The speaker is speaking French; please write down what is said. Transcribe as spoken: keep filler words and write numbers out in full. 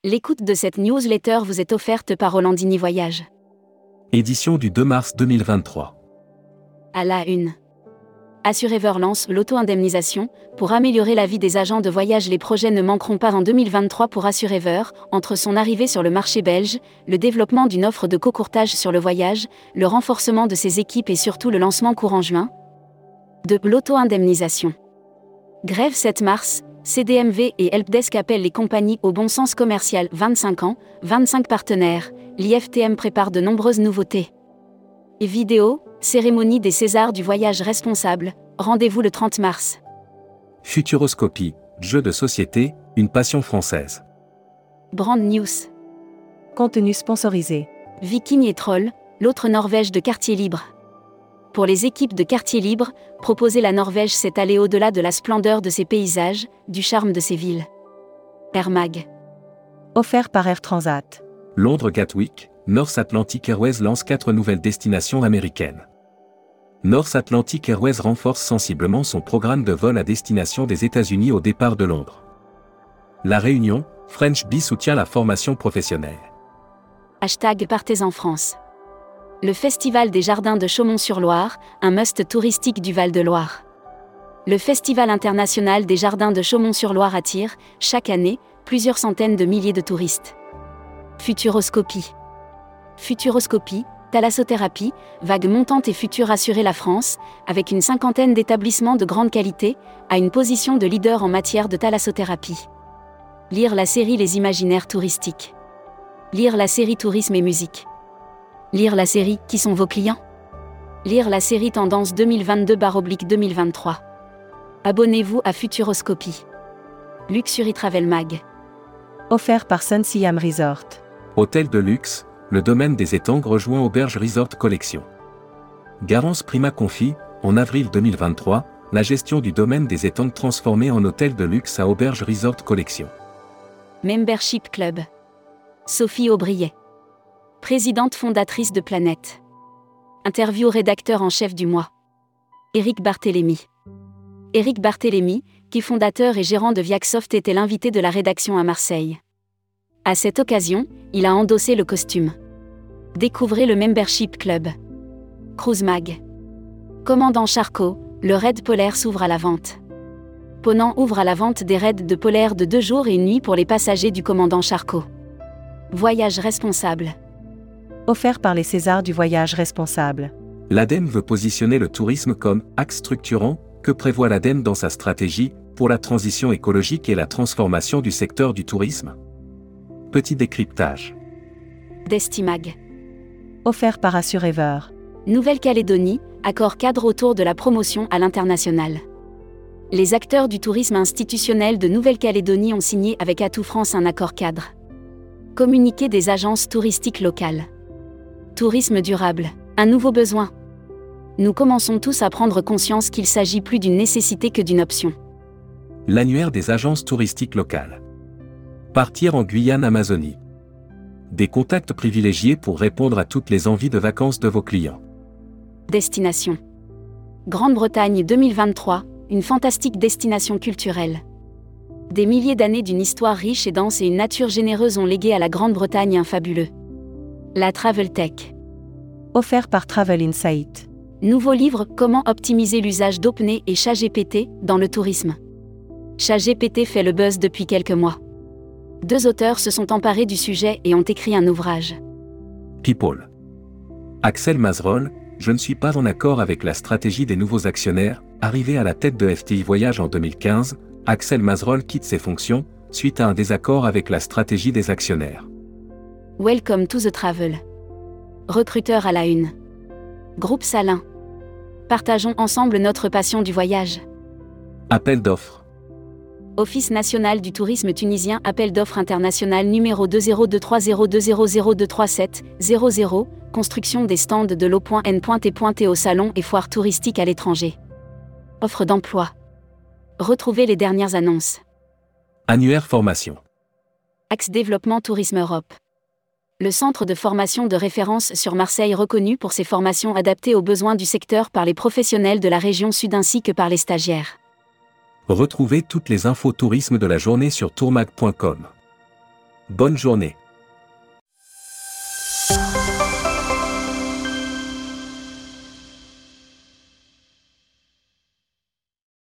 L'écoute de cette newsletter vous est offerte par Rolandini Voyage. Édition du deux mars deux mille vingt-trois. À la une. Assurever lance l'auto-indemnisation. Pour améliorer la vie des agents de voyage, les projets ne manqueront pas en deux mille vingt-trois pour Assurever, entre son arrivée sur le marché belge, le développement d'une offre de cocourtage sur le voyage, le renforcement de ses équipes et surtout le lancement courant juin de l'auto-indemnisation. Grève sept mars, C D M V et Helpdesk appellent les compagnies au bon sens commercial. vingt-cinq ans, vingt-cinq partenaires, l'I F T M prépare de nombreuses nouveautés. Et vidéo, cérémonie des Césars du voyage responsable, rendez-vous le trente mars. Futuroscopie, jeu de société, une passion française. Brand News. Contenu sponsorisé. Viking et Troll, l'autre Norvège de quartier libre. Pour les équipes de quartier libre, proposer la Norvège, c'est aller au-delà de la splendeur de ses paysages, du charme de ses villes. Air Mag. Offert par Air Transat. Londres Gatwick, North Atlantic Airways lance quatre nouvelles destinations américaines. North Atlantic Airways renforce sensiblement son programme de vol à destination des États-Unis au départ de Londres. La Réunion, French Bee soutient la formation professionnelle. Hashtag Partez en France. Le Festival des Jardins de Chaumont-sur-Loire, un must touristique du Val-de-Loire. Le Festival international des Jardins de Chaumont-sur-Loire attire, chaque année, plusieurs centaines de milliers de touristes. Futuroscopie. Futuroscopie, thalassothérapie, vague montante et future assurer la France, avec une cinquantaine d'établissements de grande qualité, a une position de leader en matière de thalassothérapie. Lire la série Les Imaginaires touristiques. Lire la série Tourisme et musique. Lire la série Qui sont vos clients ? Lire la série Tendance deux mille vingt-deux deux mille vingt-trois. Abonnez-vous à Futuroscopie. Luxury Travel Mag. Offert par Sun Siam Resort. Hôtel de luxe, le domaine des étangs rejoint Auberge Resort Collection. Garance Prima confie, en avril deux mille vingt-trois, la gestion du domaine des étangs transformé en hôtel de luxe à Auberge Resort Collection. Membership Club. Sophie Aubriet. Présidente fondatrice de Planète. Interview rédacteur en chef du mois. Éric Barthélémy. Éric Barthélémy, qui fondateur et gérant de Viacsoft, était l'invité de la rédaction à Marseille. À cette occasion, il a endossé le costume. Découvrez le Membership Club. Cruise Mag. Commandant Charcot, le raid polaire s'ouvre à la vente. Ponant ouvre à la vente des raids de polaire de deux jours et une nuit pour les passagers du commandant Charcot. Voyage responsable. Offert par les Césars du voyage responsable. L'ADEME veut positionner le tourisme comme axe structurant. Que prévoit l'ADEME dans sa stratégie pour la transition écologique et la transformation du secteur du tourisme ? Petit décryptage. Destimag. Offert par Assurever. Nouvelle-Calédonie, accord cadre autour de la promotion à l'international. Les acteurs du tourisme institutionnel de Nouvelle-Calédonie ont signé avec Atout France un accord cadre. Communiqué des agences touristiques locales. Tourisme durable, un nouveau besoin. Nous commençons tous à prendre conscience qu'il s'agit plus d'une nécessité que d'une option. L'annuaire des agences touristiques locales. Partir en Guyane Amazonie. Des contacts privilégiés pour répondre à toutes les envies de vacances de vos clients. Destination. Grande-Bretagne deux mille vingt-trois, une fantastique destination culturelle. Des milliers d'années d'une histoire riche et dense et une nature généreuse ont légué à la Grande-Bretagne un fabuleux. La Travel Tech. Offert par Travel Insight. Nouveau livre Comment optimiser l'usage d'OpenAI et ChatGPT dans le tourisme. ChatGPT fait le buzz depuis quelques mois. Deux auteurs se sont emparés du sujet et ont écrit un ouvrage. People. Axel Mazerolle, je ne suis pas en accord avec la stratégie des nouveaux actionnaires. Arrivé à la tête de F T I Voyage en deux mille quinze, Axel Mazerolle quitte ses fonctions, suite à un désaccord avec la stratégie des actionnaires. Welcome to the travel. Recruteur à la une. Groupe Salin. Partageons ensemble notre passion du voyage. Appel d'offres. Office national du tourisme tunisien. Appel d'offres international numéro deux zéro deux trois zéro deux zéro zéro deux trois sept zéro zéro. Construction des stands de l'eau.n.t. au salon et foires touristiques à l'étranger. Offre d'emploi. Retrouvez les dernières annonces. Annuaire formation. Axe développement Tourisme Europe. Le centre de formation de référence sur Marseille reconnu pour ses formations adaptées aux besoins du secteur par les professionnels de la région sud ainsi que par les stagiaires. Retrouvez toutes les infos tourisme de la journée sur tourmag point com. Bonne journée.